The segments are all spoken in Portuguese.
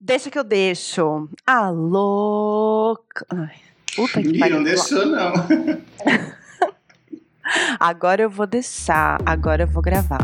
Deixa que eu deixo. Alô? Ai, puta que pariu. Não deixou, não. Agora eu vou deixar. Agora eu vou gravar.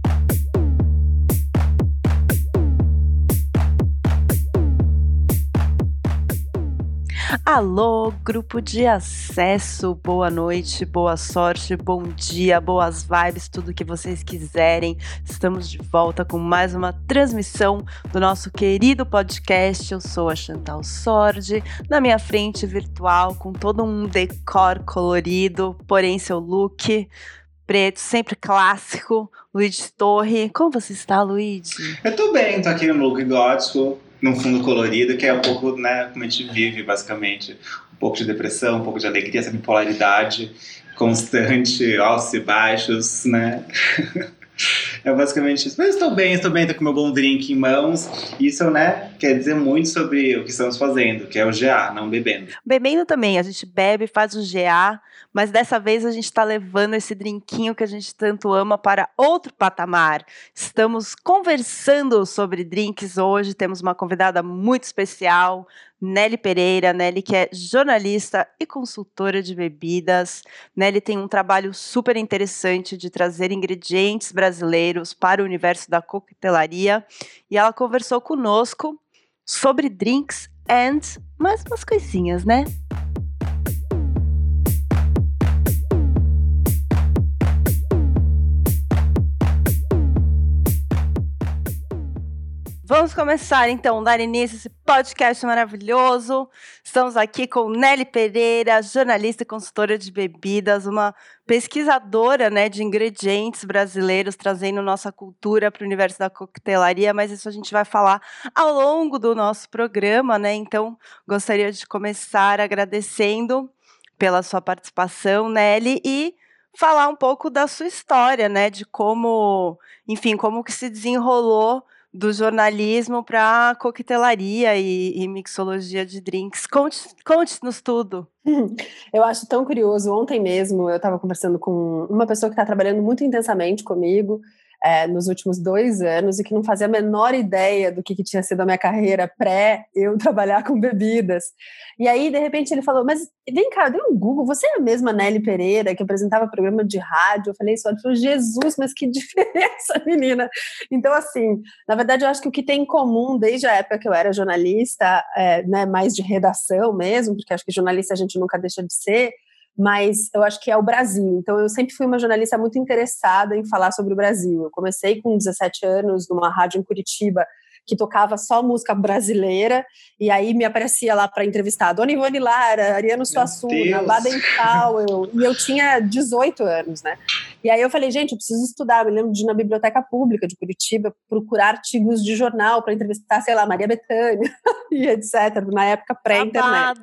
Alô, grupo de acesso, boa noite, boa sorte, bom dia, boas vibes, tudo que vocês quiserem. Estamos de volta com mais uma transmissão do nosso querido podcast. Eu sou a Chantal Sordi, na minha frente virtual, com todo um decor colorido, porém seu look preto, sempre clássico, Luigi Torre. Como você está, Luigi? Eu tô bem, tô aqui no look gótico, num fundo colorido, que é um pouco, né, como a gente vive, basicamente. Um pouco de depressão, um pouco de alegria, essa bipolaridade constante, altos e baixos, né? É basicamente isso. Mas estou bem, tô com meu bom drink em mãos. Isso, né, quer dizer muito sobre o que estamos fazendo, que é o GA, não bebendo. Bebendo também, a gente bebe, faz o GA, mas dessa vez a gente está levando esse drinquinho que a gente tanto ama para outro patamar. Estamos conversando sobre drinks hoje, temos uma convidada muito especial, Nelly Pereira. Nelly, que é jornalista e consultora de bebidas. Nelly tem um trabalho super interessante de trazer ingredientes brasileiros para o universo da coquetelaria, e ela conversou conosco sobre drinks and mais umas coisinhas, né? Vamos começar, então, dar início a esse podcast maravilhoso. Estamos aqui com Nelly Pereira, jornalista e consultora de bebidas, uma pesquisadora, né, de ingredientes brasileiros, trazendo nossa cultura para o universo da coquetelaria, mas isso a gente vai falar ao longo do nosso programa, né? Então, gostaria de começar agradecendo pela sua participação, Nelly, e falar um pouco da sua história, né, de como, enfim, como que se desenrolou do jornalismo para coquetelaria e mixologia de drinks. Conte-nos tudo. Eu acho tão curioso. Ontem mesmo eu estava conversando com uma pessoa que está trabalhando muito intensamente comigo nos últimos 2 anos e que não fazia a menor ideia do que tinha sido a minha carreira pré eu trabalhar com bebidas. E aí, de repente, ele falou, mas vem cá, deu um Google, você é a mesma Nelly Pereira que apresentava programa de rádio? Eu falei isso, ele falou, Jesus, mas que diferença, menina. Então, assim, na verdade, eu acho que o que tem em comum desde a época que eu era jornalista, né, mais de redação mesmo, porque acho que jornalista a gente nunca deixa de ser, mas eu acho que é o Brasil. Então, eu sempre fui uma jornalista muito interessada em falar sobre o Brasil. Eu comecei com 17 anos numa rádio em Curitiba que tocava só música brasileira, e aí me aparecia lá para entrevistar a Dona Ivone Lara, Ariano Suassuna, Baden Powell, e eu tinha 18 anos, né? E aí eu falei, gente, eu preciso estudar. Eu me lembro de ir na Biblioteca Pública de Curitiba procurar artigos de jornal para entrevistar, sei lá, Maria Bethânia e etc., na época pré-internet.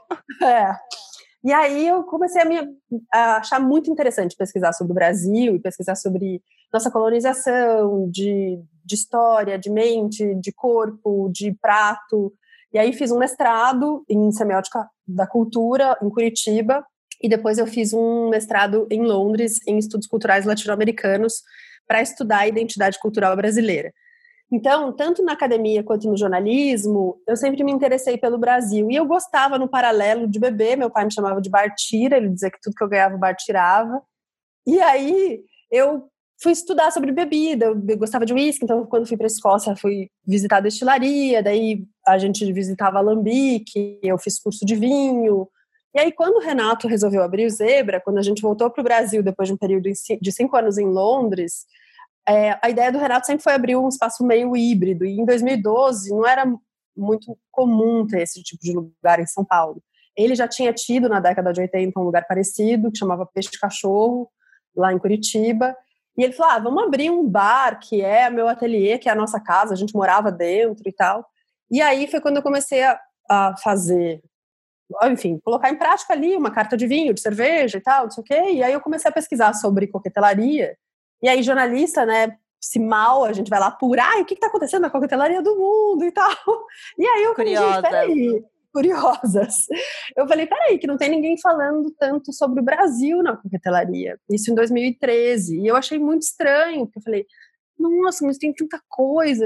E aí eu comecei a achar muito interessante pesquisar sobre o Brasil e pesquisar sobre nossa colonização, de história, de mente, de corpo, de prato. E aí fiz um mestrado em semiótica da cultura em Curitiba e depois eu fiz um mestrado em Londres em estudos culturais latino-americanos para estudar a identidade cultural brasileira. Então, tanto na academia quanto no jornalismo, eu sempre me interessei pelo Brasil. E eu gostava, no paralelo, de beber. Meu pai me chamava de bartira, ele dizia que tudo que eu ganhava, o bar tirava. E aí, eu fui estudar sobre bebida. Eu gostava de uísque, então, quando fui para a Escócia, fui visitar a destilaria. Daí, a gente visitava Alambique, eu fiz curso de vinho. E aí, quando o Renato resolveu abrir o Zebra, quando a gente voltou para o Brasil, depois de um período de 5 anos em Londres, a ideia do Renato sempre foi abrir um espaço meio híbrido, e em 2012 não era muito comum ter esse tipo de lugar em São Paulo. Ele já tinha tido na década de 80 um lugar parecido, que chamava Peixe Cachorro, lá em Curitiba, e ele falou, vamos abrir um bar, que é meu ateliê, que é a nossa casa, a gente morava dentro e tal. E aí foi quando eu comecei a fazer, enfim, colocar em prática ali uma carta de vinho, de cerveja e tal, não sei o quê, e aí eu comecei a pesquisar sobre coquetelaria. E aí, jornalista, né, se mal, a gente vai lá apurar, o que está acontecendo na coquetelaria do mundo e tal. E aí eu falei, gente, peraí, curiosas. Eu falei, peraí, que não tem ninguém falando tanto sobre o Brasil na coquetelaria. Isso em 2013. E eu achei muito estranho, porque eu falei, nossa, mas tem tanta coisa.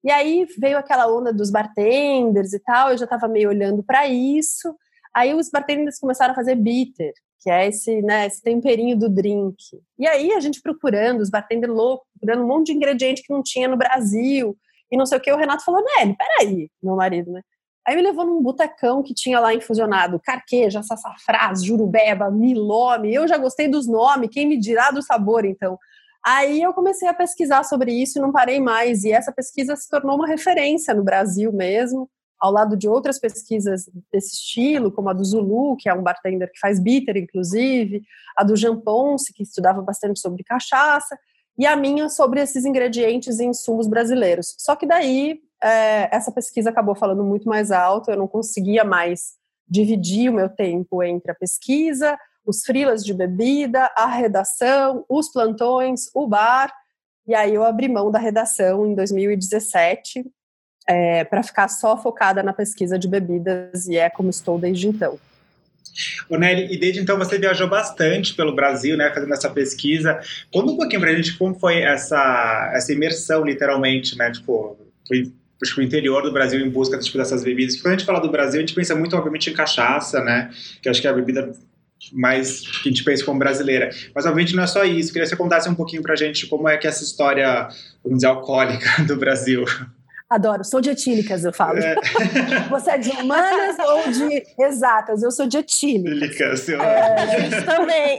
E aí veio aquela onda dos bartenders e tal, eu já estava meio olhando para isso. Aí os bartenders começaram a fazer bitter, que é esse, né, esse temperinho do drink. E aí a gente procurando, os bartenders loucos, procurando um monte de ingrediente que não tinha no Brasil, e não sei o que, o Renato falou, Nelly, peraí, meu marido, né? Aí me levou num botecão que tinha lá infusionado carqueja, sassafrás, jurubeba, milome, eu já gostei dos nomes, quem me dirá do sabor, então. Aí eu comecei a pesquisar sobre isso e não parei mais, e essa pesquisa se tornou uma referência no Brasil mesmo, ao lado de outras pesquisas desse estilo, como a do Zulu, que é um bartender que faz bitter, inclusive, a do Jean Ponce, que estudava bastante sobre cachaça, e a minha sobre esses ingredientes e insumos brasileiros. Só que daí, essa pesquisa acabou falando muito mais alto, eu não conseguia mais dividir o meu tempo entre a pesquisa, os freelas de bebida, a redação, os plantões, o bar, e aí eu abri mão da redação em 2017, para ficar só focada na pesquisa de bebidas, e é como estou desde então. Ô Nelly, e desde então você viajou bastante pelo Brasil, né, fazendo essa pesquisa. Conta um pouquinho pra gente como foi essa imersão, literalmente, né, tipo, foi pro interior do Brasil em busca tipo, dessas bebidas. Porque quando a gente fala do Brasil, a gente pensa muito, obviamente, em cachaça, né, que eu acho que é a bebida mais que a gente pensa como brasileira. Mas, obviamente, não é só isso. Queria que você contasse um pouquinho pra gente como é que é essa história, vamos dizer, alcoólica do Brasil. Adoro, sou de etílicas, eu falo. Você é de humanas ou de exatas? Eu sou de etílicas. Isso também.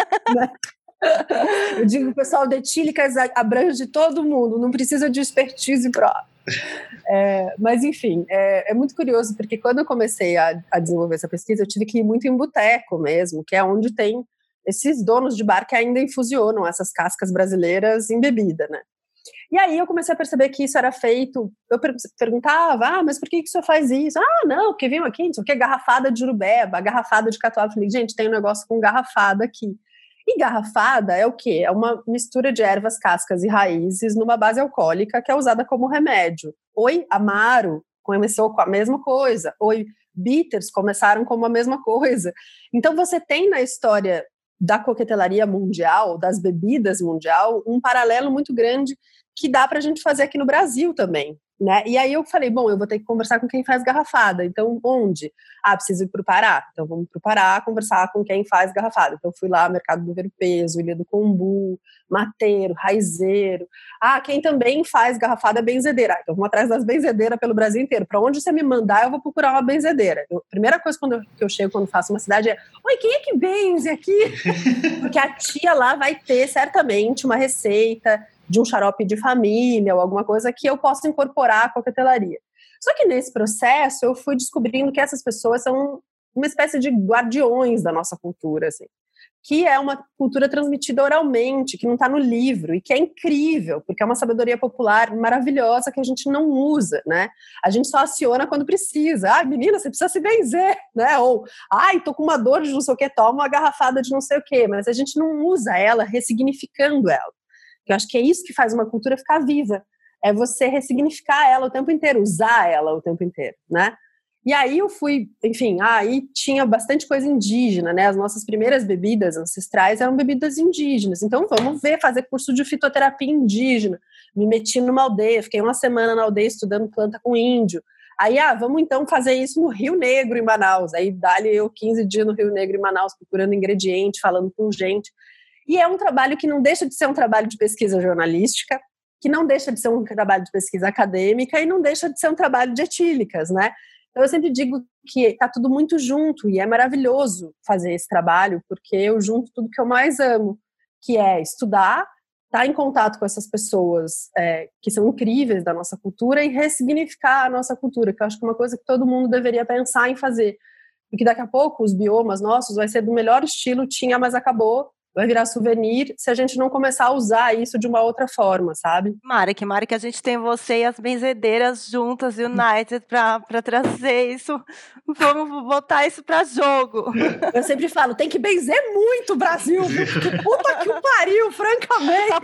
Eu digo que o pessoal de etílicas abrange todo mundo, não precisa de expertise própria. Mas, enfim, é muito curioso, porque quando eu comecei a desenvolver essa pesquisa, eu tive que ir muito em boteco mesmo, que é onde tem esses donos de bar que ainda infusionam essas cascas brasileiras em bebida, né? E aí eu comecei a perceber que isso era feito, eu perguntava, mas por que o senhor faz isso? Não, porque vinham aqui, não sei o que, garrafada de jurubeba, garrafada de catuaba. Eu falei, gente, tem um negócio com garrafada aqui. E garrafada é o quê? É uma mistura de ervas, cascas e raízes numa base alcoólica que é usada como remédio. Oi, Amaro começou com a mesma coisa. Oi, bitters começaram como a mesma coisa. Então você tem na história da coquetelaria mundial, das bebidas mundial, um paralelo muito grande que dá para a gente fazer aqui no Brasil também, né? E aí eu falei, bom, eu vou ter que conversar com quem faz garrafada, então onde? Preciso ir para o Pará, então vamos para o Pará conversar com quem faz garrafada. Então fui lá, Mercado do Ver Peso, Ilha do Combu, Mateiro, Raizeiro. Quem também faz garrafada é benzedeira. Então vamos atrás das benzedeiras pelo Brasil inteiro. Para onde você me mandar, eu vou procurar uma benzedeira. A primeira coisa que eu chego quando faço uma cidade é, oi, quem é que benze aqui? Porque a tia lá vai ter certamente uma receita de um xarope de família ou alguma coisa que eu possa incorporar à coquetelaria. Só que nesse processo eu fui descobrindo que essas pessoas são uma espécie de guardiões da nossa cultura, assim, que é uma cultura transmitida oralmente, que não está no livro, e que é incrível, porque é uma sabedoria popular maravilhosa que a gente não usa, né? A gente só aciona quando precisa. Menina, você precisa se benzer, né? Ou, tô com uma dor de não sei o que, toma uma garrafada de não sei o que, mas a gente não usa ela ressignificando ela. Eu acho que é isso que faz uma cultura ficar viva. É você ressignificar ela o tempo inteiro, usar ela o tempo inteiro, né? E aí eu fui, enfim, aí tinha bastante coisa indígena, né? As nossas primeiras bebidas ancestrais eram bebidas indígenas. Então vamos fazer curso de fitoterapia indígena. Me meti numa aldeia, fiquei uma semana na aldeia estudando planta com índio. Aí, vamos então fazer isso no Rio Negro, em Manaus. Aí dali eu 15 dias no Rio Negro, em Manaus, procurando ingrediente, falando com gente. E é um trabalho que não deixa de ser um trabalho de pesquisa jornalística, que não deixa de ser um trabalho de pesquisa acadêmica e não deixa de ser um trabalho de etílicas, né? Então eu sempre digo que está tudo muito junto e é maravilhoso fazer esse trabalho, porque eu junto tudo que eu mais amo, que é estudar, estar em contato com essas pessoas que são incríveis da nossa cultura e ressignificar a nossa cultura, que eu acho que é uma coisa que todo mundo deveria pensar em fazer. Porque daqui a pouco os biomas nossos vai ser do melhor estilo, tinha, mas acabou, vai virar souvenir se a gente não começar a usar isso de uma outra forma, sabe? Mara, que a gente tem você e as benzedeiras juntas, united, pra trazer isso. Vamos botar isso pra jogo. Eu sempre falo, tem que benzer muito, Brasil, porque puta que o pariu, francamente.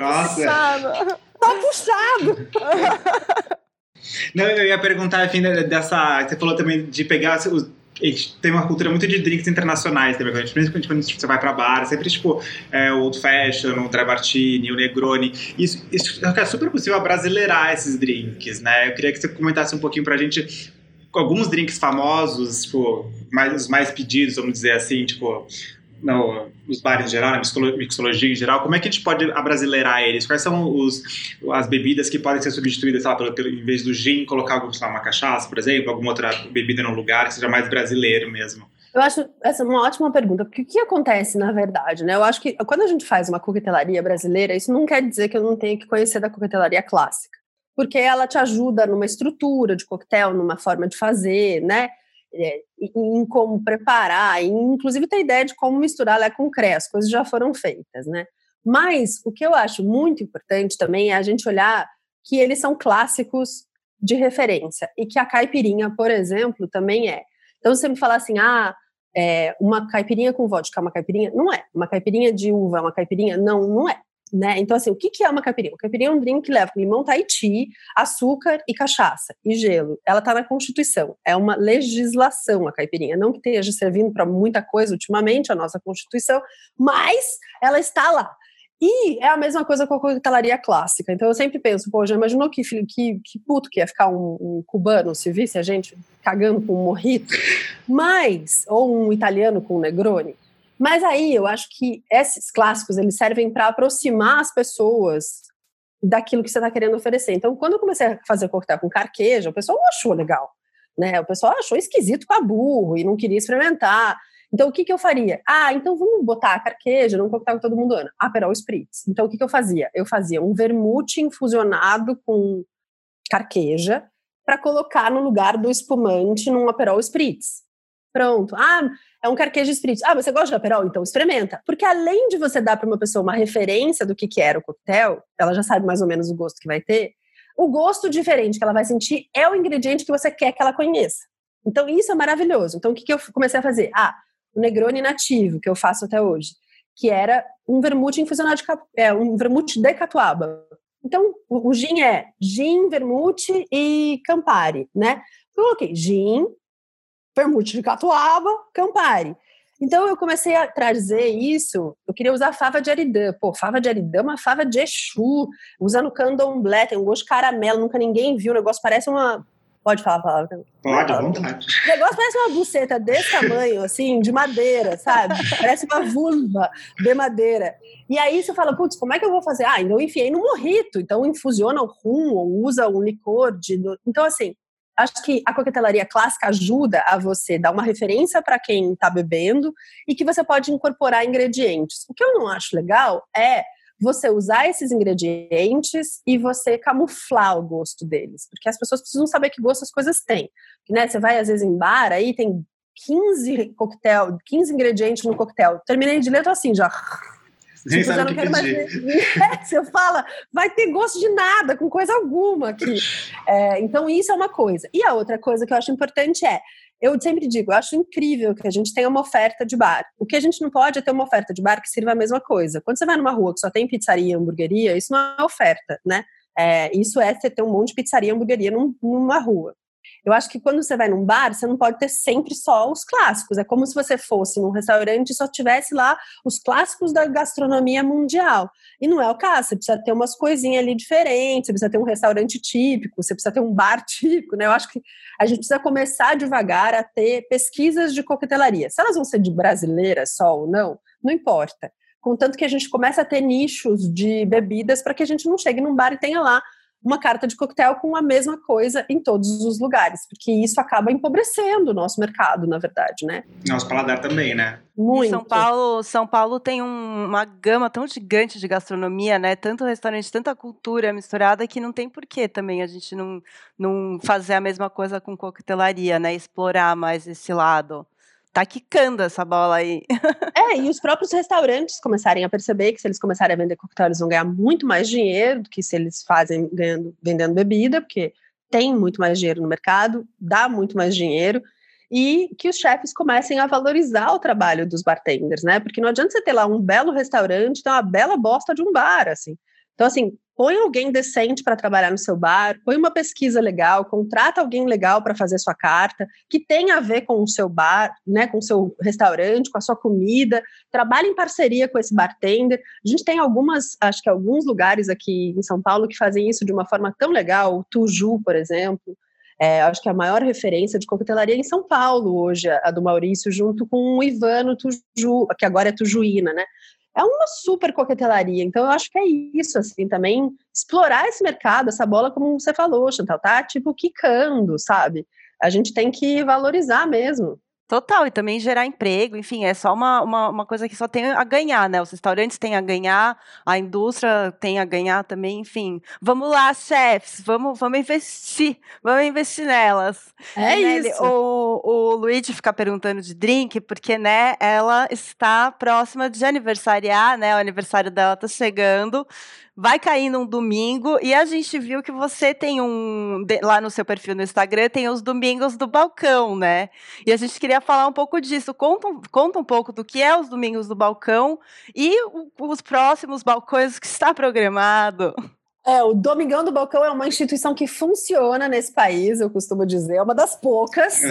Tá puxado. Não, eu ia perguntar, enfim, você falou também de pegar a gente tem uma cultura muito de drinks internacionais também, principalmente quando você vai pra bar, sempre tipo o Old Fashion, o Dry Martini, o Negroni. Isso é super possível abrasileirar esses drinks, né? Eu queria que você comentasse um pouquinho pra gente alguns drinks famosos, tipo, os mais pedidos, vamos dizer assim, tipo, nos bares em geral, na mixologia em geral. Como é que a gente pode abrasileirar eles? Quais são as bebidas que podem ser substituídas, sei lá, em vez do gin, colocar sei lá, uma cachaça, por exemplo, alguma outra bebida no lugar que seja mais brasileiro mesmo? Eu acho essa uma ótima pergunta, porque o que acontece na verdade, né? Eu acho que quando a gente faz uma coquetelaria brasileira, isso não quer dizer que eu não tenha que conhecer da coquetelaria clássica, porque ela te ajuda numa estrutura de coquetel, numa forma de fazer, né? Em como preparar, inclusive ter ideia de como misturar Lé com Cré, as coisas já foram feitas, né? Mas o que eu acho muito importante também é a gente olhar que eles são clássicos de referência e que a caipirinha, por exemplo, também é. Então, se você me falar assim, uma caipirinha com vodka é uma caipirinha? Não é. Uma caipirinha de uva é uma caipirinha? Não, não é. Né? Então, assim, o que é uma caipirinha? Uma caipirinha é um drink que leva limão Tahiti, açúcar e cachaça e gelo. Ela está na Constituição. É uma legislação a caipirinha. Não que esteja servindo para muita coisa ultimamente, a nossa Constituição, mas ela está lá. E é a mesma coisa com a coquetelaria clássica. Então, eu sempre penso, já imaginou que puto que ia ficar um cubano se visse a gente cagando com um mojito? Ou um italiano com um Negroni? Mas aí eu acho que esses clássicos eles servem para aproximar as pessoas daquilo que você está querendo oferecer. Então, quando eu comecei a fazer coquetel com carqueja, o pessoal não achou legal, né? O pessoal achou esquisito para burro e não queria experimentar. Então, o que eu faria? Então vamos botar a carqueja num coquetel que todo mundo ama. Aperol Spritz. Então, o que eu fazia? Eu fazia um vermute infusionado com carqueja para colocar no lugar do espumante num Aperol Spritz. Pronto. É um carqueja Spritz. Você gosta de Aperol? Então experimenta. Porque além de você dar para uma pessoa uma referência do que era o coquetel, ela já sabe mais ou menos o gosto que vai ter, o gosto diferente que ela vai sentir é o ingrediente que você quer que ela conheça. Então isso é maravilhoso. Então o que eu comecei a fazer? O Negroni nativo, que eu faço até hoje, que era um vermute infusionado um vermute de catuaba. Então o gin é gin, vermute e Campari, né? Eu coloquei gin, vermute de catuaba, Campari. Então eu comecei a trazer isso, eu queria usar fava de aridã. Fava de aridã é uma fava de Exu, usando candomblé, tem um gosto de caramelo, nunca ninguém viu, o negócio parece uma... Pode falar a palavra? Pode, à vontade. O negócio parece uma buceta desse tamanho, assim, de madeira, sabe? Parece uma vulva de madeira. E aí você fala, como é que eu vou fazer? Então eu enfiei no mojito, então infusiona o rum, ou usa um licor de... Então, assim, acho que a coquetelaria clássica ajuda a você dar uma referência para quem está bebendo e que você pode incorporar ingredientes. O que eu não acho legal é você usar esses ingredientes e você camuflar o gosto deles. Porque as pessoas precisam saber que gosto as coisas têm. Né? Você vai, às vezes, em bar, aí tem 15 ingredientes no coquetel. Terminei de ler, tô assim, já... Nem sabe o que pedir. Você fala, vai ter gosto de nada, com coisa alguma aqui. Então, isso é uma coisa. E a outra coisa que eu acho importante eu sempre digo, eu acho incrível que a gente tenha uma oferta de bar. O que a gente não pode é ter uma oferta de bar que sirva a mesma coisa. Quando você vai numa rua que só tem pizzaria e hamburgueria, isso não é oferta, né? Isso é você ter um monte de pizzaria e hamburgueria numa rua. Eu acho que quando você vai num bar, você não pode ter sempre só os clássicos. É como se você fosse num restaurante e só tivesse lá os clássicos da gastronomia mundial. E não é o caso. Você precisa ter umas coisinhas ali diferentes, você precisa ter um restaurante típico, você precisa ter um bar típico, né? Eu acho que a gente precisa começar devagar a ter pesquisas de coquetelaria. Se elas vão ser de brasileira só ou não importa. Contanto que a gente comece a ter nichos de bebidas para que a gente não chegue num bar e tenha lá uma carta de coquetel com a mesma coisa em todos os lugares, porque isso acaba empobrecendo o nosso mercado, na verdade, né? Nosso paladar também, né? Muito. São Paulo tem uma gama tão gigante de gastronomia, né? Tanto restaurante, tanta cultura misturada que não tem porquê também a gente não fazer a mesma coisa com coquetelaria, né? Explorar mais esse lado. Tá quicando essa bola aí. E os próprios restaurantes começarem a perceber que se eles começarem a vender coquetel, eles vão ganhar muito mais dinheiro do que se eles fazem vendendo bebida, porque tem muito mais dinheiro no mercado, dá muito mais dinheiro, e que os chefes comecem a valorizar o trabalho dos bartenders, né? Porque não adianta você ter lá um belo restaurante, ter uma bela bosta de um bar, assim. Então, assim, põe alguém decente para trabalhar no seu bar, põe uma pesquisa legal, contrata alguém legal para fazer sua carta, que tenha a ver com o seu bar, né, com o seu restaurante, com a sua comida, trabalhe em parceria com esse bartender. A gente tem acho que alguns lugares aqui em São Paulo que fazem isso de uma forma tão legal, o Tuju, por exemplo. Acho que a maior referência de coquetelaria em São Paulo hoje, a do Maurício, junto com o Ivano Tuju, que agora é Tujuína, né? É uma super coquetelaria, então eu acho que é isso, assim, também explorar esse mercado, essa bola, como você falou, Chantal, tá tipo quicando, sabe? A gente tem que valorizar mesmo. Total, e também gerar emprego, enfim, é só uma coisa que só tem a ganhar, né? Os restaurantes têm a ganhar, a indústria tem a ganhar também, enfim. Vamos lá, chefs, vamos investir nelas. Isso. O Luigi fica perguntando de drink, porque, né, ela está próxima de aniversariar, né? O aniversário dela tá chegando. Vai cair num domingo, e a gente viu que você tem lá no seu perfil no Instagram, tem os domingos do balcão, né? E a gente queria falar um pouco disso. Conta um pouco do que é os domingos do balcão e os próximos balcões que está programado. O Domingão do Balcão é uma instituição que funciona nesse país, eu costumo dizer, é uma das poucas.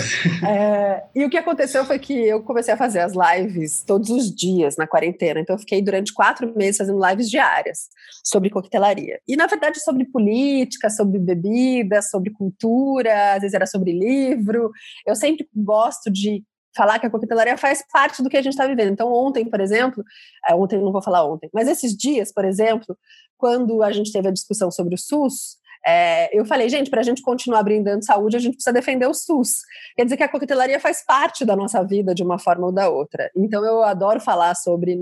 E o que aconteceu foi que eu comecei a fazer as lives todos os dias na quarentena, então eu fiquei durante 4 meses fazendo lives diárias sobre coquetelaria. E, na verdade, sobre política, sobre bebida, sobre cultura, às vezes era sobre livro. Eu sempre gosto de falar que a coquetelaria faz parte do que a gente está vivendo. Então, ontem, por exemplo, ontem não vou falar ontem, mas esses dias, por exemplo, quando a gente teve a discussão sobre o SUS, eu falei, gente, para a gente continuar brindando saúde, a gente precisa defender o SUS. Quer dizer que a coquetelaria faz parte da nossa vida de uma forma ou da outra. Então, eu adoro falar sobre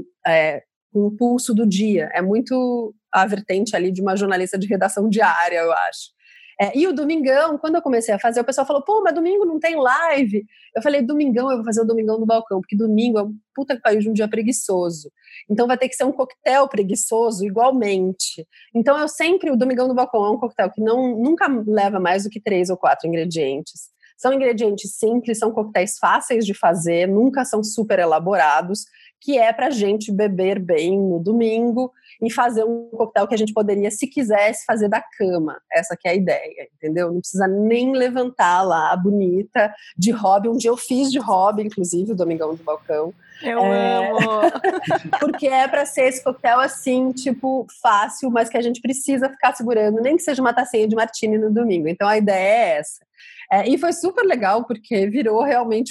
o pulso do dia. É muito a vertente ali de uma jornalista de redação diária, eu acho. E o Domingão, quando eu comecei a fazer, o pessoal falou, pô, mas domingo não tem live. Eu falei, domingão, eu vou fazer o Domingão do Balcão, porque domingo é um puta que pariu de um dia preguiçoso. Então vai ter que ser um coquetel preguiçoso igualmente. Então o Domingão do Balcão é um coquetel que nunca leva mais do que 3 ou 4 ingredientes. São ingredientes simples, são coquetéis fáceis de fazer, nunca são super elaborados, que é pra gente beber bem no domingo e fazer um coquetel que a gente poderia, se quisesse, fazer da cama. Essa que é a ideia, entendeu? Não precisa nem levantar lá a bonita de hobby. Um dia eu fiz de hobby, inclusive, o Domingão do Balcão. Eu amo! Porque é pra ser esse coquetel assim, tipo, fácil, mas que a gente precisa ficar segurando, nem que seja uma tacinha de martini no domingo. Então a ideia é essa. E foi super legal, porque virou realmente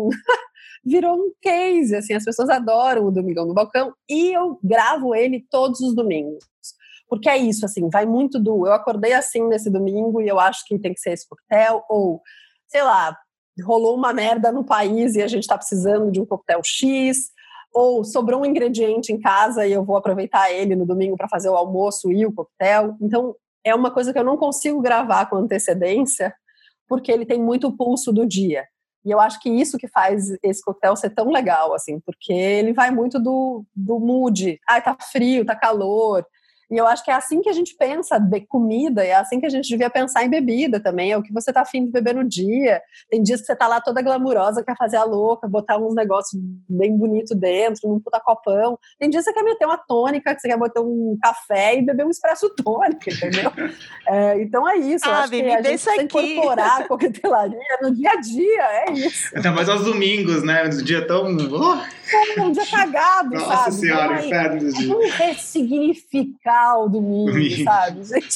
virou um case, assim, as pessoas adoram o Domingão do Balcão, e eu gravo ele todos os domingos, porque é isso, assim, vai muito eu acordei assim nesse domingo e eu acho que tem que ser esse coquetel, ou, sei lá, rolou uma merda no país e a gente tá precisando de um coquetel X, ou sobrou um ingrediente em casa e eu vou aproveitar ele no domingo para fazer o almoço e o coquetel. Então, é uma coisa que eu não consigo gravar com antecedência, porque ele tem muito o pulso do dia. E eu acho que isso que faz esse coquetel ser tão legal, assim, porque ele vai muito do mood. Tá frio, tá calor. E eu acho que é assim que a gente pensa de comida, é assim que a gente devia pensar em bebida também, é o que você tá afim de beber no dia. Tem dias que você tá lá toda glamurosa, quer fazer a louca, botar uns negócios bem bonitos dentro, num puta copão. Tem dias que você quer meter uma tônica, que você quer botar um café e beber um expresso tônica, entendeu? Então é isso, eu acho que a gente precisa incorporar a coquetelaria no dia a dia, é isso. Até mais aos domingos, né? Um dia tão... Um dia cagado, Nossa sabe? Nossa Senhora, inferno dos dias. Vamos ressignificar o domingo, sabe, gente?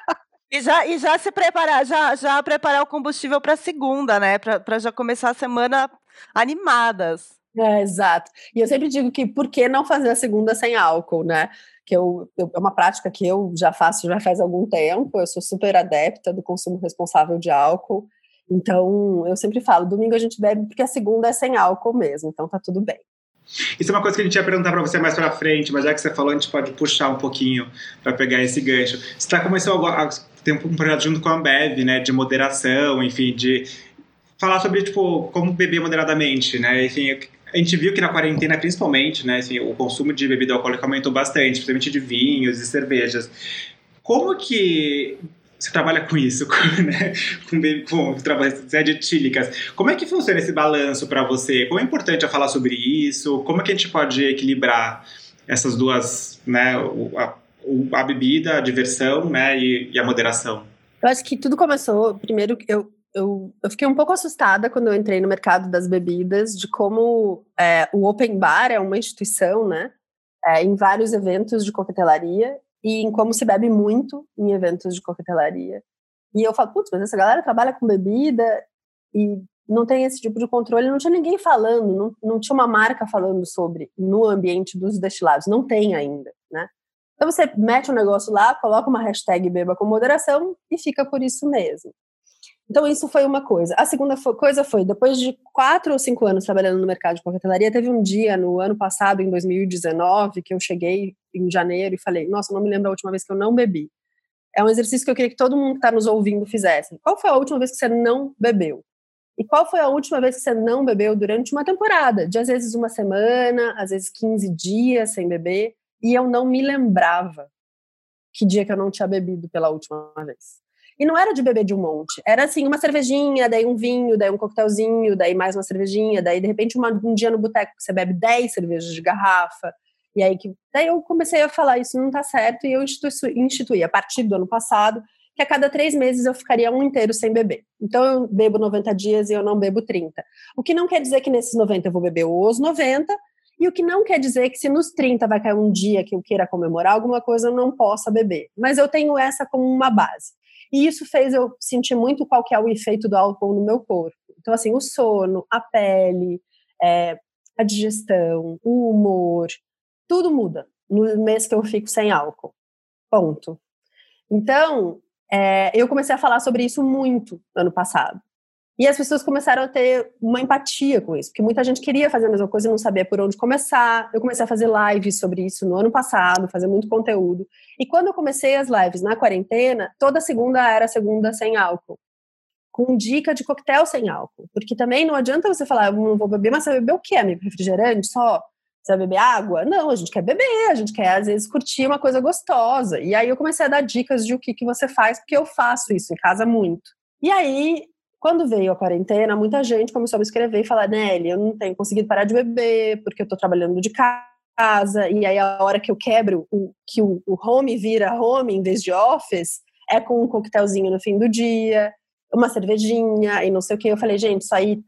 E já se preparar, já preparar o combustível para segunda, né? Para já começar a semana animadas. Exato. E eu sempre digo que por que não fazer a segunda sem álcool, né? Que é uma prática que eu já faço já faz algum tempo, eu sou super adepta do consumo responsável de álcool. Então, eu sempre falo, domingo a gente bebe porque a segunda é sem álcool mesmo, então tá tudo bem. Isso é uma coisa que a gente ia perguntar para você mais para frente, mas já que você falou, a gente pode puxar um pouquinho para pegar esse gancho. Você está começando a ter um projeto junto com a Ambev, né, de moderação, enfim, de falar sobre, tipo, como beber moderadamente, né, enfim, a gente viu que na quarentena, principalmente, né, assim, o consumo de bebida alcoólica aumentou bastante, principalmente de vinhos e cervejas. Como que você trabalha com isso, né? com trabalho de etílicas. Como é que funciona esse balanço para você? Como é importante falar sobre isso? Como é que a gente pode equilibrar essas duas, né? a bebida, a diversão, né, e a moderação? Eu acho que tudo começou, primeiro, eu fiquei um pouco assustada quando eu entrei no mercado das bebidas, de como o Open Bar é uma instituição, né, em vários eventos de coquetelaria, e em como se bebe muito em eventos de coquetelaria. E eu falo, putz, mas essa galera trabalha com bebida e não tem esse tipo de controle, não tinha ninguém falando, não tinha uma marca falando sobre no ambiente dos destilados, não tem ainda, né? Então você mete um negócio lá, coloca uma hashtag beba com moderação e fica por isso mesmo. Então isso foi uma coisa. A segunda coisa foi, depois de 4 ou 5 anos trabalhando no mercado de coquetelaria, teve um dia no ano passado, em 2019, que eu cheguei em janeiro e falei, nossa, não me lembro a última vez que eu não bebi. É um exercício que eu queria que todo mundo que está nos ouvindo fizesse. Qual foi a última vez que você não bebeu? E qual foi a última vez que você não bebeu durante uma temporada? De às vezes uma semana, às vezes 15 dias sem beber. E eu não me lembrava que dia que eu não tinha bebido pela última vez. E não era de beber de um monte. Era assim, uma cervejinha, daí um vinho, daí um coquetelzinho, daí mais uma cervejinha, daí de repente um dia no boteco que você bebe 10 cervejas de garrafa. E aí daí eu comecei a falar, isso não tá certo, e eu instituí a partir do ano passado, que a cada 3 meses eu ficaria um inteiro sem beber. Então eu bebo 90 dias e eu não bebo 30. O que não quer dizer que nesses 90 eu vou beber os 90, e o que não quer dizer que se nos 30 vai cair um dia que eu queira comemorar alguma coisa, eu não possa beber. Mas eu tenho essa como uma base. E isso fez eu sentir muito qual que é o efeito do álcool no meu corpo. Então, assim, o sono, a pele, a digestão, o humor, tudo muda no mês que eu fico sem álcool. Ponto. Então, eu comecei a falar sobre isso muito ano passado. E as pessoas começaram a ter uma empatia com isso, porque muita gente queria fazer a mesma coisa e não sabia por onde começar. Eu comecei a fazer lives sobre isso no ano passado, fazer muito conteúdo. E quando eu comecei as lives na quarentena, toda segunda era segunda sem álcool, com dica de coquetel sem álcool. Porque também não adianta você falar, eu não vou beber, mas você vai beber o quê, amigo? Refrigerante só? Você vai beber água? Não, a gente quer beber, a gente quer, às vezes, curtir uma coisa gostosa. E aí eu comecei a dar dicas de o que você faz, porque eu faço isso em casa muito. E aí, quando veio a quarentena, muita gente começou a me escrever e falar, Nelly, eu não tenho conseguido parar de beber, porque eu tô trabalhando de casa, e aí a hora que eu quebro, que o home vira home em vez de office, é com um coquetelzinho no fim do dia, uma cervejinha e não sei o que. Eu falei, gente, isso aí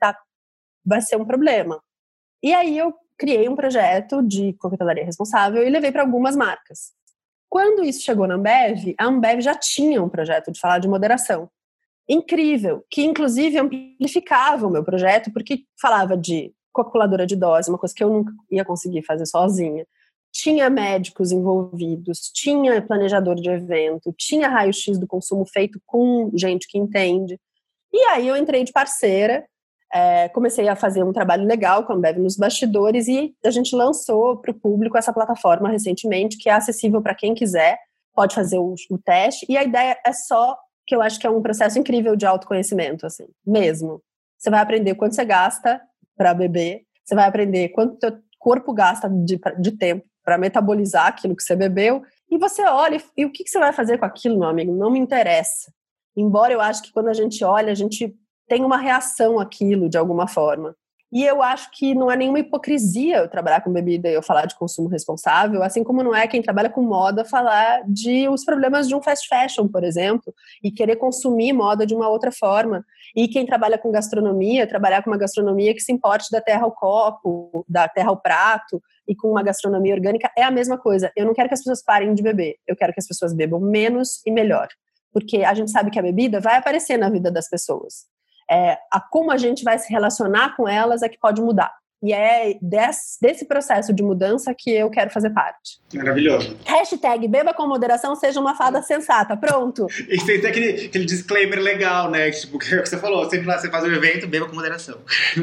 vai ser um problema. E aí eu criei um projeto de coquetelaria responsável e levei para algumas marcas. Quando isso chegou na Ambev, a Ambev já tinha um projeto de falar de moderação. Incrível, que inclusive amplificava o meu projeto, porque falava de calculadora de dose, uma coisa que eu nunca ia conseguir fazer sozinha. Tinha médicos envolvidos, tinha planejador de evento, tinha raio-x do consumo feito com gente que entende. E aí eu entrei de parceira, comecei a fazer um trabalho legal com a Ambev nos bastidores e a gente lançou para o público essa plataforma recentemente, que é acessível para quem quiser, pode fazer o teste, e a ideia é só que eu acho que é um processo incrível de autoconhecimento, assim, mesmo. Você vai aprender quanto você gasta para beber, você vai aprender quanto teu corpo gasta de tempo para metabolizar aquilo que você bebeu, e você olha, e o que você vai fazer com aquilo, meu amigo? Não me interessa. Embora eu acho que quando a gente olha, a gente tem uma reação àquilo, de alguma forma. E eu acho que não é nenhuma hipocrisia eu trabalhar com bebida e eu falar de consumo responsável, assim como não é quem trabalha com moda falar de os problemas de um fast fashion, por exemplo, e querer consumir moda de uma outra forma. E quem trabalha com gastronomia, trabalhar com uma gastronomia que se importe da terra ao copo, da terra ao prato, e com uma gastronomia orgânica, é a mesma coisa. Eu não quero que as pessoas parem de beber, eu quero que as pessoas bebam menos e melhor. Porque a gente sabe que a bebida vai aparecer na vida das pessoas. Como a gente vai se relacionar com elas é que pode mudar. E é desse processo de mudança que eu quero fazer parte. Maravilhoso. Hashtag beba com moderação, seja uma fada sensata. Pronto. E tem aquele disclaimer legal, né? Tipo, que você falou, sempre lá você faz um evento, beba com moderação.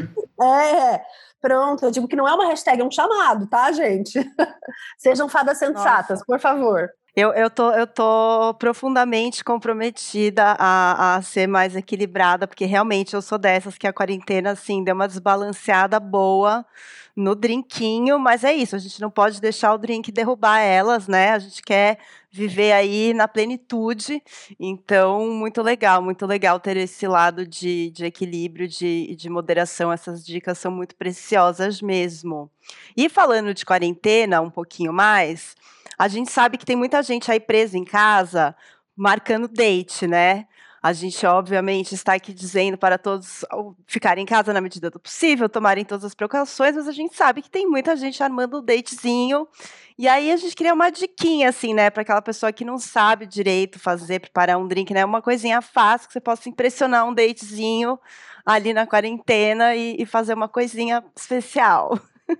Pronto. Eu digo que não é uma hashtag, é um chamado, tá, gente? Sejam fadas sensatas, por favor. Eu tô profundamente comprometida a ser mais equilibrada, porque realmente eu sou dessas que a quarentena, assim, deu uma desbalanceada boa no drinquinho, mas é isso, a gente não pode deixar o drink derrubar elas, né? A gente quer viver aí na plenitude, então muito legal ter esse lado de equilíbrio, de moderação, essas dicas são muito preciosas mesmo. E falando de quarentena um pouquinho mais, A gente sabe que tem muita gente aí presa em casa, marcando date, né? A gente, obviamente, está aqui dizendo para todos ficarem em casa na medida do possível, tomarem todas as precauções, mas a gente sabe que tem muita gente armando um datezinho. E aí a gente queria uma diquinha, assim, né, para aquela pessoa que não sabe direito preparar um drink, né? Uma coisinha fácil que você possa impressionar um datezinho ali na quarentena e fazer uma coisinha especial.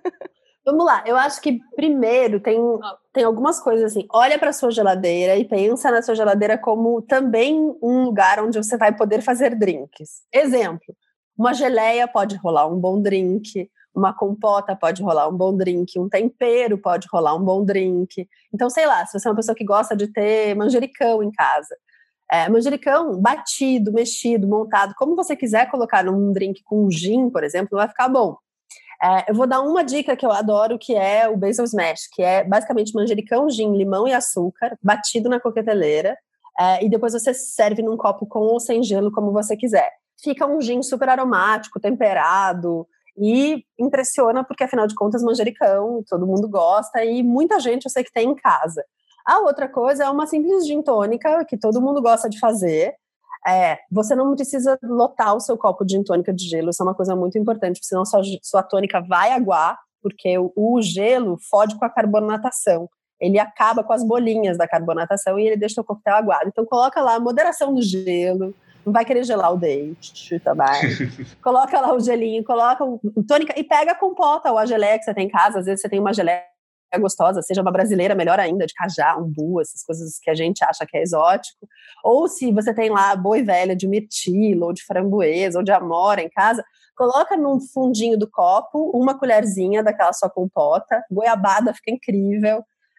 Vamos lá, eu acho que primeiro tem algumas coisas assim. Olha para sua geladeira e pensa na sua geladeira como também um lugar onde você vai poder fazer drinks. Exemplo, uma geleia pode rolar um bom drink, uma compota pode rolar um bom drink, um tempero pode rolar um bom drink. Então, sei lá, se você é uma pessoa que gosta de ter manjericão em casa, manjericão batido, mexido, montado, como você quiser colocar num drink com gin, por exemplo, vai ficar bom. Eu vou dar uma dica que eu adoro, que é o Basil Smash, que é basicamente manjericão, gin, limão e açúcar, batido na coqueteleira, e depois você serve num copo com ou sem gelo, como você quiser. Fica um gin super aromático, temperado, e impressiona porque, afinal de contas, manjericão, todo mundo gosta, e muita gente eu sei que tem em casa. A outra coisa é uma simples gin tônica, que todo mundo gosta de fazer. Você não precisa lotar o seu copo de gin tônica de gelo, isso é uma coisa muito importante, senão sua tônica vai aguar, porque o gelo fode com a carbonatação. Ele acaba com as bolinhas da carbonatação e ele deixa o coquetel aguado. Então coloca lá a moderação do gelo, não vai querer gelar o date também. Coloca lá o gelinho, coloca o tônica e pega a compota ou a geleia que você tem em casa. Às vezes você tem uma geleia gostosa, seja uma brasileira, melhor ainda, de cajá, umbu, essas coisas que a gente acha que é exótico. Ou se você tem lá boi velha de mirtilo, ou de framboesa, ou de amora em casa, coloca num fundinho do copo uma colherzinha daquela sua compota, goiabada fica incrível,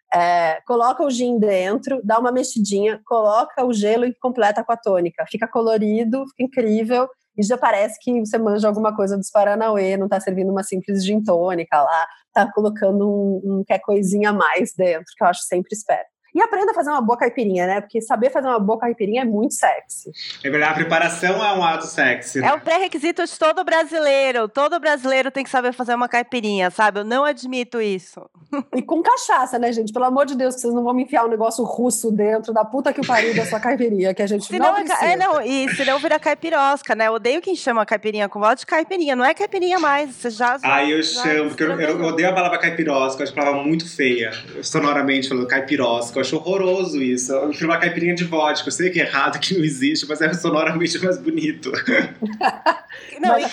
coloca o gin dentro, dá uma mexidinha, coloca o gelo e completa com a tônica. Fica colorido, fica incrível, e já parece que você manja alguma coisa dos Paranauê, não tá servindo uma simples gin tônica lá, tá colocando um quer coisinha a mais dentro, que eu acho sempre esperto. E aprenda a fazer uma boa caipirinha, né? Porque saber fazer uma boa caipirinha é muito sexy. É verdade, a preparação é um ato sexy. É um pré-requisito de todo brasileiro. Todo brasileiro tem que saber fazer uma caipirinha, sabe? Eu não admito isso. E com cachaça, né, gente? Pelo amor de Deus, que vocês não vão me enfiar um negócio russo dentro da puta que o pariu da sua caipirinha, que a gente não precisa. E senão vira caipirosca, né? Eu odeio quem chama caipirinha com voz de caipirinha. Não é caipirinha mais, você já... Eu chamo, porque eu odeio a palavra caipirosca, eu acho a palavra muito feia. Sonoramente falando caipirosca, eu acho horroroso isso. Eu prefiro uma caipirinha de vodka, eu sei que é errado, que não existe, mas é sonoramente mais bonito. Não, mas e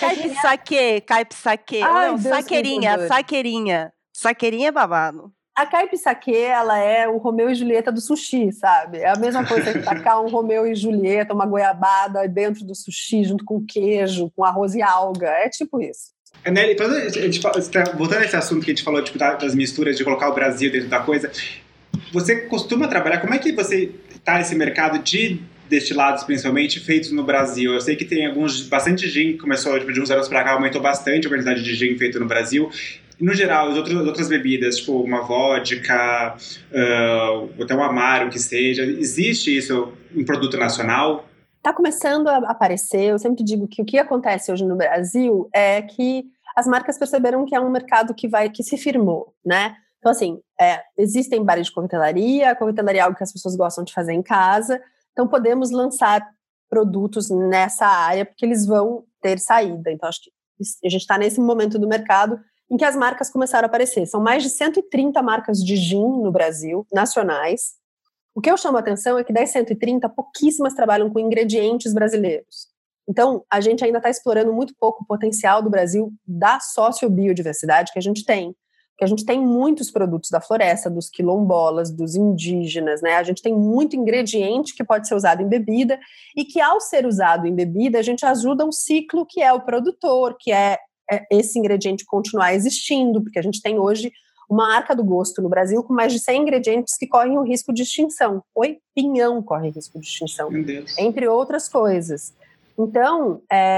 caipi-saquê. Não, saqueirinha. Saqueirinha é babado. A caipi-saquê, ela é o Romeu e Julieta do sushi, sabe? É a mesma coisa que tacar um Romeu e Julieta, uma goiabada dentro do sushi, junto com queijo, com arroz e alga. É tipo isso. Nelly, voltando a esse assunto que a gente falou, tipo, das misturas, de colocar o Brasil dentro da coisa, você costuma trabalhar, como é que você está nesse mercado de destilados, principalmente, feitos no Brasil? Eu sei que tem bastante gin que começou, tipo, de uns anos pra cá, aumentou bastante a quantidade de gin feito no Brasil. E, no geral, as outras bebidas, tipo uma vodka, até um amaro, que seja, existe isso em produto nacional? Está começando a aparecer. Eu sempre digo que o que acontece hoje no Brasil é que as marcas perceberam que é um mercado que se firmou, né? Então, assim, existem bares de coquetelaria, a coquetelaria é algo que as pessoas gostam de fazer em casa, então podemos lançar produtos nessa área, porque eles vão ter saída. Então, acho que a gente está nesse momento do mercado em que as marcas começaram a aparecer. São mais de 130 marcas de gin no Brasil, nacionais. O que eu chamo a atenção é que das 130, pouquíssimas trabalham com ingredientes brasileiros. Então, a gente ainda está explorando muito pouco o potencial do Brasil da sociobiodiversidade que a gente tem. Porque a gente tem muitos produtos da floresta, dos quilombolas, dos indígenas, né? A gente tem muito ingrediente que pode ser usado em bebida e que, ao ser usado em bebida, a gente ajuda um ciclo que é o produtor, que é esse ingrediente continuar existindo, porque a gente tem hoje uma arca do gosto no Brasil com mais de 100 ingredientes que correm o risco de extinção. Pinhão corre risco de extinção, entre outras coisas. Então,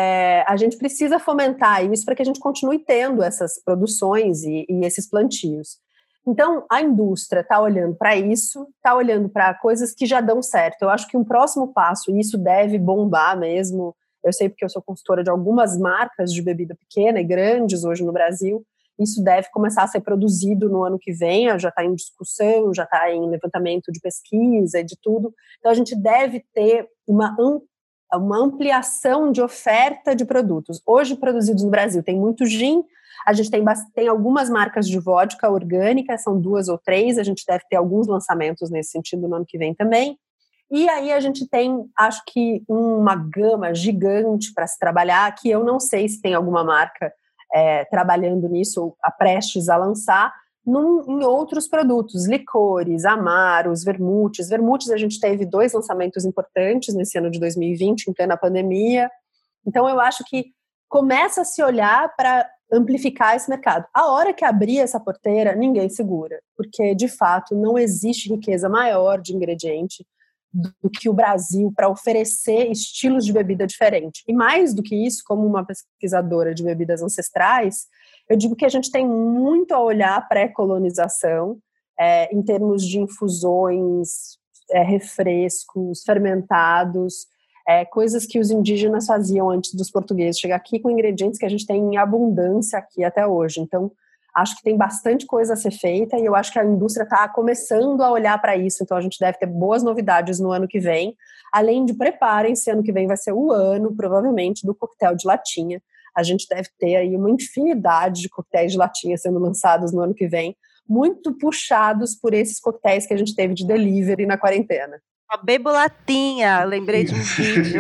a gente precisa fomentar isso para que a gente continue tendo essas produções e esses plantios. Então, a indústria está olhando para isso, está olhando para coisas que já dão certo. Eu acho que um próximo passo, e isso deve bombar mesmo, eu sei porque eu sou consultora de algumas marcas de bebida pequena e grandes hoje no Brasil, Isso deve começar a ser produzido no ano que vem, já está em discussão, já está em levantamento de pesquisa e de tudo. Então, a gente deve ter uma ampliação de oferta de produtos. Hoje, produzidos no Brasil, tem muito gin, a gente tem algumas marcas de vodka orgânica, são 2 ou 3, a gente deve ter alguns lançamentos nesse sentido no ano que vem também. E aí a gente tem, acho que, uma gama gigante para se trabalhar, que eu não sei se tem alguma marca trabalhando nisso, prestes a lançar, em outros produtos, licores, amaros, vermutes. Vermutes, a gente teve 2 lançamentos importantes nesse ano de 2020, em plena pandemia. Então, eu acho que começa a se olhar para amplificar esse mercado. A hora que abrir essa porteira, ninguém segura, porque, de fato, não existe riqueza maior de ingrediente do que o Brasil para oferecer estilos de bebida diferentes. E mais do que isso, como uma pesquisadora de bebidas ancestrais, eu digo que a gente tem muito a olhar a pré-colonização, em termos de infusões, refrescos, fermentados, coisas que os indígenas faziam antes dos portugueses chegar aqui, com ingredientes que a gente tem em abundância aqui até hoje. Então, acho que tem bastante coisa a ser feita e eu acho que a indústria está começando a olhar para isso, então a gente deve ter boas novidades no ano que vem, além de preparem-se, ano que vem vai ser o ano, provavelmente, do coquetel de latinha. A gente deve ter aí uma infinidade de coquetéis de latinha sendo lançados no ano que vem, muito puxados por esses coquetéis que a gente teve de delivery na quarentena. A Bebolatinha, lembrei de um vídeo.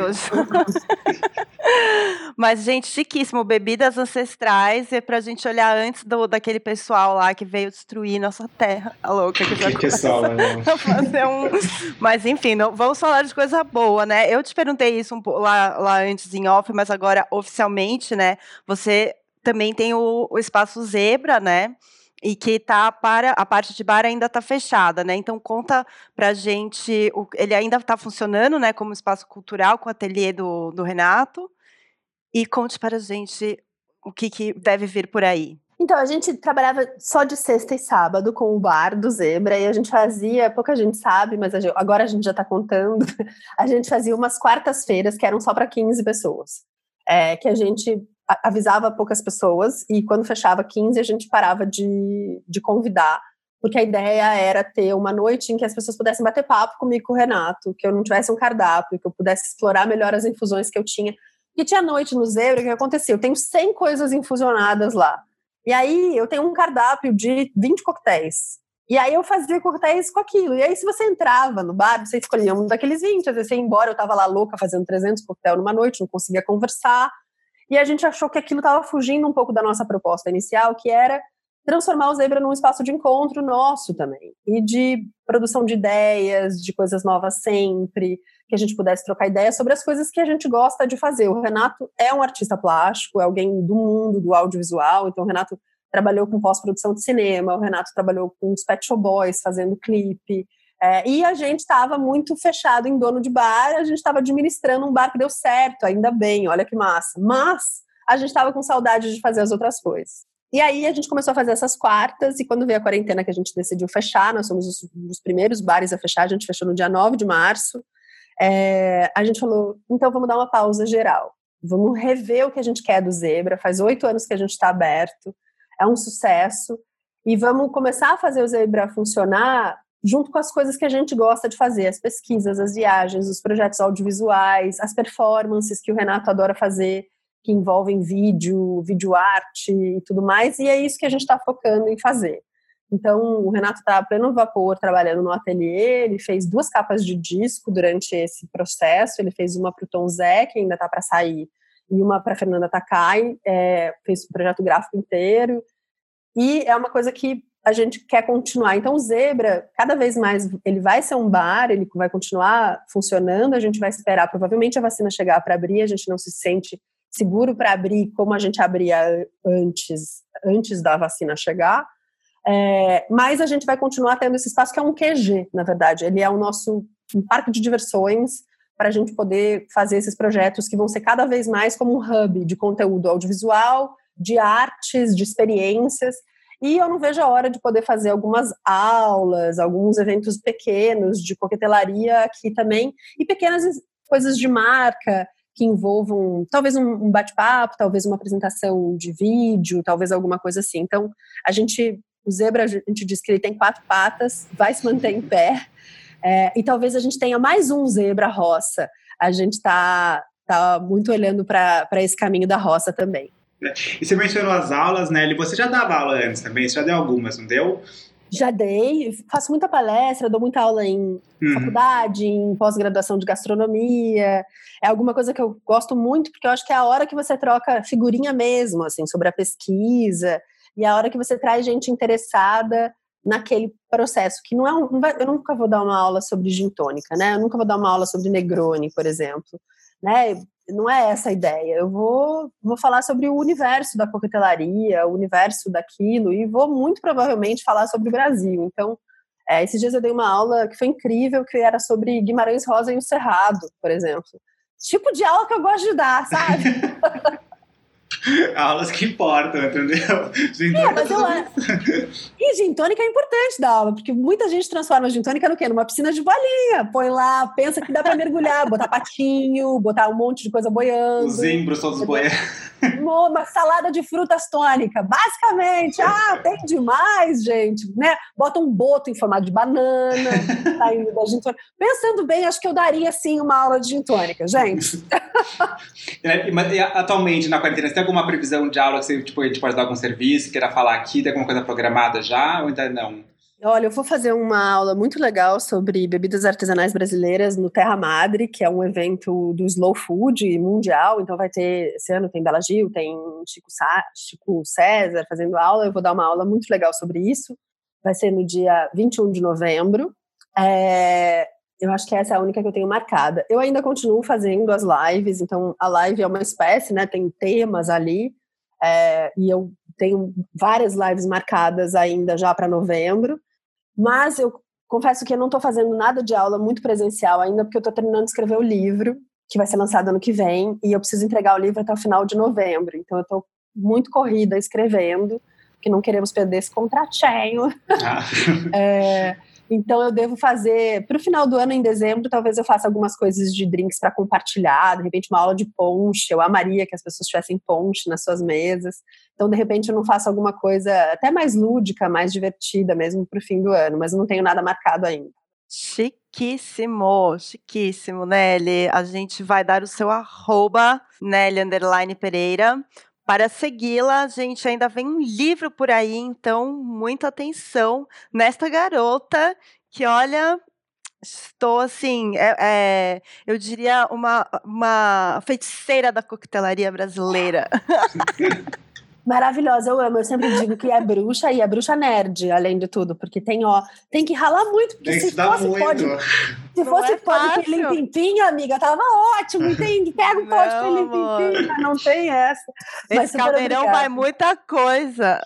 Mas, gente, chiquíssimo, bebidas ancestrais, é pra gente olhar antes daquele pessoal lá que veio destruir nossa terra. A louca que já pessoal, né? Fazer Mas, enfim, vamos falar de coisa boa, né? Eu te perguntei isso lá antes em off, mas agora, oficialmente, né? Você também tem o Espaço Zebra, né? E que a parte de bar ainda está fechada, né? Então conta pra gente, ele ainda está funcionando, né, como espaço cultural, com o ateliê do Renato, e conte para a gente o que deve vir por aí. Então, a gente trabalhava só de sexta e sábado com o bar do Zebra, e a gente fazia, pouca gente sabe, mas agora a gente já está contando, a gente fazia umas quartas-feiras que eram só para 15 pessoas, que a gente avisava poucas pessoas, e quando fechava 15, a gente parava de convidar, porque a ideia era ter uma noite em que as pessoas pudessem bater papo comigo, com o Renato, que eu não tivesse um cardápio, que eu pudesse explorar melhor as infusões que eu tinha. E tinha noite no Zebra, o que acontecia? Eu tenho 100 coisas infusionadas lá. E aí eu tenho um cardápio de 20 coquetéis. E aí eu fazia coquetéis com aquilo. E aí se você entrava no bar, você escolhia um daqueles 20, às vezes você ia embora, eu estava lá louca fazendo 300 coquetéis numa noite, não conseguia conversar. E a gente achou que aquilo estava fugindo um pouco da nossa proposta inicial, que era transformar o Zebra num espaço de encontro nosso também. E de produção de ideias, de coisas novas sempre, que a gente pudesse trocar ideias sobre as coisas que a gente gosta de fazer. O Renato é um artista plástico, é alguém do mundo do audiovisual, então o Renato trabalhou com pós-produção de cinema, o Renato trabalhou com os Pet Shop Boys, fazendo clipe, e a gente estava muito fechado em dono de bar, a gente estava administrando um bar que deu certo, ainda bem, olha que massa. Mas a gente estava com saudade de fazer as outras coisas. E aí a gente começou a fazer essas quartas, e quando veio a quarentena que a gente decidiu fechar, nós somos os primeiros bares a fechar, a gente fechou no dia 9 de março, a gente falou, então vamos dar uma pausa geral, vamos rever o que a gente quer do Zebra, faz 8 anos que a gente está aberto, é um sucesso, e vamos começar a fazer o Zebra funcionar junto com as coisas que a gente gosta de fazer, as pesquisas, as viagens, os projetos audiovisuais, as performances que o Renato adora fazer, que envolvem vídeo arte e tudo mais, e é isso que a gente está focando em fazer. Então, o Renato está a pleno vapor trabalhando no ateliê, ele fez 2 capas de disco durante esse processo, ele fez uma para o Tom Zé, que ainda está para sair, e uma para a Fernanda Takai, fez o projeto gráfico inteiro, e é uma coisa que a gente quer continuar. Então, o Zebra, cada vez mais, ele vai ser um bar, ele vai continuar funcionando, a gente vai esperar, provavelmente, a vacina chegar para abrir, a gente não se sente seguro para abrir como a gente abria antes da vacina chegar, mas a gente vai continuar tendo esse espaço que é um QG, na verdade. Ele é um parque de diversões para a gente poder fazer esses projetos que vão ser cada vez mais como um hub de conteúdo audiovisual, de artes, de experiências, e eu não vejo a hora de poder fazer algumas aulas, alguns eventos pequenos de coquetelaria aqui também, e pequenas coisas de marca, que envolvam talvez um bate-papo, talvez uma apresentação de vídeo, talvez alguma coisa assim. Então, o zebra, a gente diz que ele tem 4 patas, vai se manter em pé, e talvez a gente tenha mais um zebra roça. A gente está muito olhando para esse caminho da roça também. E você mencionou as aulas, né? Você já dava aula antes também? Você já deu algumas, não deu? Já dei, faço muita palestra, dou muita aula em faculdade, em pós-graduação de gastronomia. É alguma coisa que eu gosto muito, porque eu acho que é a hora que você troca figurinha mesmo, assim, sobre a pesquisa, e a hora que você traz gente interessada naquele processo, que não é eu nunca vou dar uma aula sobre gin tônica, né? Eu nunca vou dar uma aula sobre Negroni, por exemplo, né? Não é essa a ideia. Eu vou falar sobre o universo da coquetelaria, o universo daquilo, e vou muito provavelmente falar sobre o Brasil. Então, esses dias eu dei uma aula que foi incrível, que era sobre Guimarães Rosa e o Cerrado, por exemplo. Tipo de aula que eu gosto de dar, sabe? Aulas que importam, entendeu? E gin tônica é importante dar aula, porque muita gente transforma a gin tônica no quê? Numa piscina de bolinha. Põe lá, pensa que dá pra mergulhar, botar patinho, botar um monte de coisa boiando. Os embros todos boiando. Uma salada de frutas tônica, basicamente. Tem demais, gente, né? Bota um boto em formato de banana, saindo da gin tônica. Pensando bem, acho que eu daria, sim, uma aula de gin tônica, gente. Mas atualmente, na quarentena, você tem alguma previsão de aula que você, a gente pode dar algum serviço, queira falar aqui, tem alguma coisa programada já, ou ainda não? Olha, eu vou fazer uma aula muito legal sobre bebidas artesanais brasileiras no Terra Madre, que é um evento do Slow Food mundial. Então vai ter, esse ano tem Bela Gil, tem Chico César fazendo aula. Eu vou dar uma aula muito legal sobre isso. Vai ser no dia 21 de novembro. Eu acho que essa é a única que eu tenho marcada. Eu ainda continuo fazendo as lives, então a live é uma espécie, né? Tem temas ali, e eu tenho várias lives marcadas ainda já para novembro, mas eu confesso que eu não estou fazendo nada de aula muito presencial ainda, porque eu estou terminando de escrever o livro, que vai ser lançado ano que vem, e eu preciso entregar o livro até o final de novembro, então eu estou muito corrida escrevendo, porque não queremos perder esse contratinho. Então eu devo fazer, para o final do ano, em dezembro, talvez eu faça algumas coisas de drinks para compartilhar, de repente uma aula de ponche. Eu amaria que as pessoas tivessem ponche nas suas mesas. Então, de repente, eu não faço alguma coisa até mais lúdica, mais divertida mesmo para o fim do ano, mas eu não tenho nada marcado ainda. Chiquíssimo, chiquíssimo, Nelly. A gente vai dar o seu @ Nelly_Pereira. Para segui-la, a gente ainda vem um livro por aí, então muita atenção nesta garota que, olha, estou assim, eu diria uma feiticeira da coquetelaria brasileira. Maravilhosa, eu amo. Eu sempre digo que é bruxa e é bruxa nerd, além de tudo, porque tem que ralar muito, porque se fosse pode pilim-pim-pim, amiga, tava ótimo, entende? Pega um pó de pilim-pim-pim, mas não tem essa. Esse caldeirão vai muita coisa.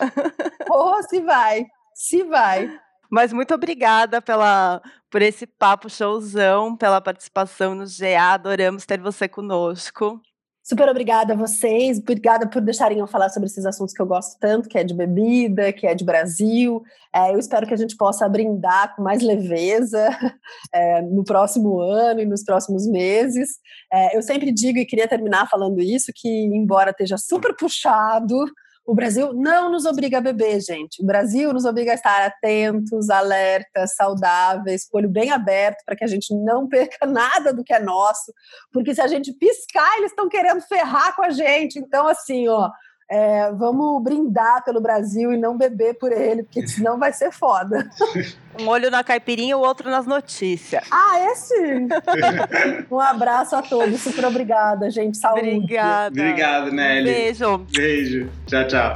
Se vai. Mas muito obrigada por esse papo showzão, pela participação no GA, adoramos ter você conosco. Super obrigada a vocês, obrigada por deixarem eu falar sobre esses assuntos que eu gosto tanto, que é de bebida, que é de Brasil. Eu espero que a gente possa brindar com mais leveza no próximo ano e nos próximos meses. Eu sempre digo, e queria terminar falando isso, que embora esteja super puxado, o Brasil não nos obriga a beber, gente. O Brasil nos obriga a estar atentos, alertas, saudáveis, com o olho bem aberto, para que a gente não perca nada do que é nosso, porque se a gente piscar, eles estão querendo ferrar com a gente. Então, assim, vamos brindar pelo Brasil e não beber por ele, porque senão vai ser foda. Um olho na caipirinha e o outro nas notícias. Sim! Um abraço a todos, super obrigada, gente. Saúde. Obrigado, Nelly. Beijo. Tchau, tchau.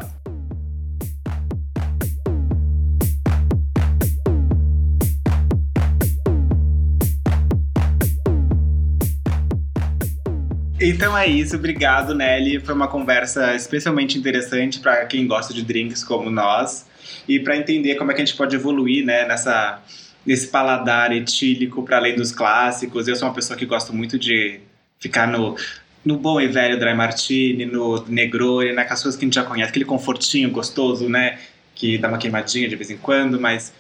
Então é isso, obrigado, Nelly. Foi uma conversa especialmente interessante para quem gosta de drinks como nós e para entender como é que a gente pode evoluir, né, nesse paladar etílico para além dos clássicos. Eu sou uma pessoa que gosto muito de ficar no bom e velho Dry Martini, no Negroni, né, com as coisas que a gente já conhece, aquele confortinho gostoso, né, que dá uma queimadinha de vez em quando, mas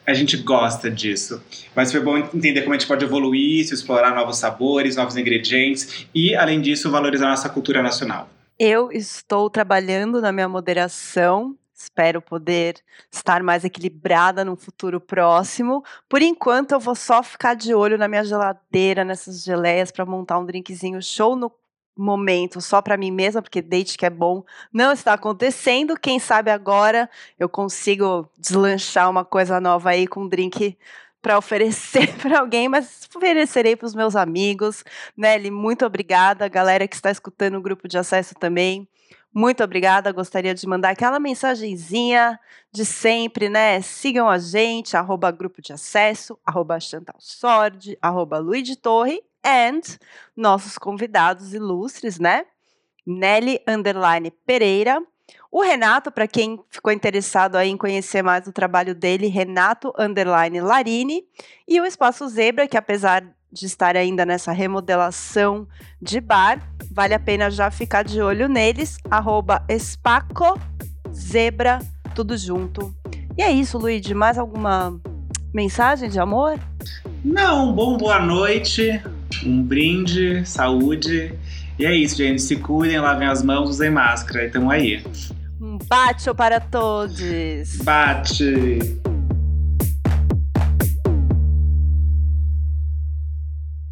a gente gosta disso. Mas foi bom entender como a gente pode evoluir isso, explorar novos sabores, novos ingredientes e, além disso, valorizar a nossa cultura nacional. Eu estou trabalhando na minha moderação. Espero poder estar mais equilibrada num futuro próximo. Por enquanto, eu vou só ficar de olho na minha geladeira, nessas geleias, para montar um drinkzinho show no momento, só para mim mesma, porque date que é bom não está acontecendo. Quem sabe agora eu consigo deslanchar uma coisa nova aí com um drink para oferecer para alguém, mas oferecerei para os meus amigos. Nelly, muito obrigada. Galera que está escutando o grupo de acesso também, muito obrigada. Gostaria de mandar aquela mensagenzinha de sempre, né? Sigam a gente, @grupo de acesso, @chantalsord, @luidetorre, and nossos convidados ilustres, né? Nelly_Pereira. O Renato, para quem ficou interessado aí em conhecer mais o trabalho dele, Renato_Larini. E o Espaço Zebra, que apesar de estar ainda nessa remodelação de bar, vale a pena já ficar de olho neles, @espacozebra, tudo junto. E é isso, Luigi, mais alguma mensagem de amor? Não, boa noite, um brinde, saúde. E é isso, gente, se cuidem, lavem as mãos, usem máscara e tamo aí. Um bate para todos! Bate!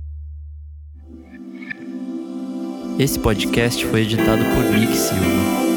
Esse podcast foi editado por Nick Silva.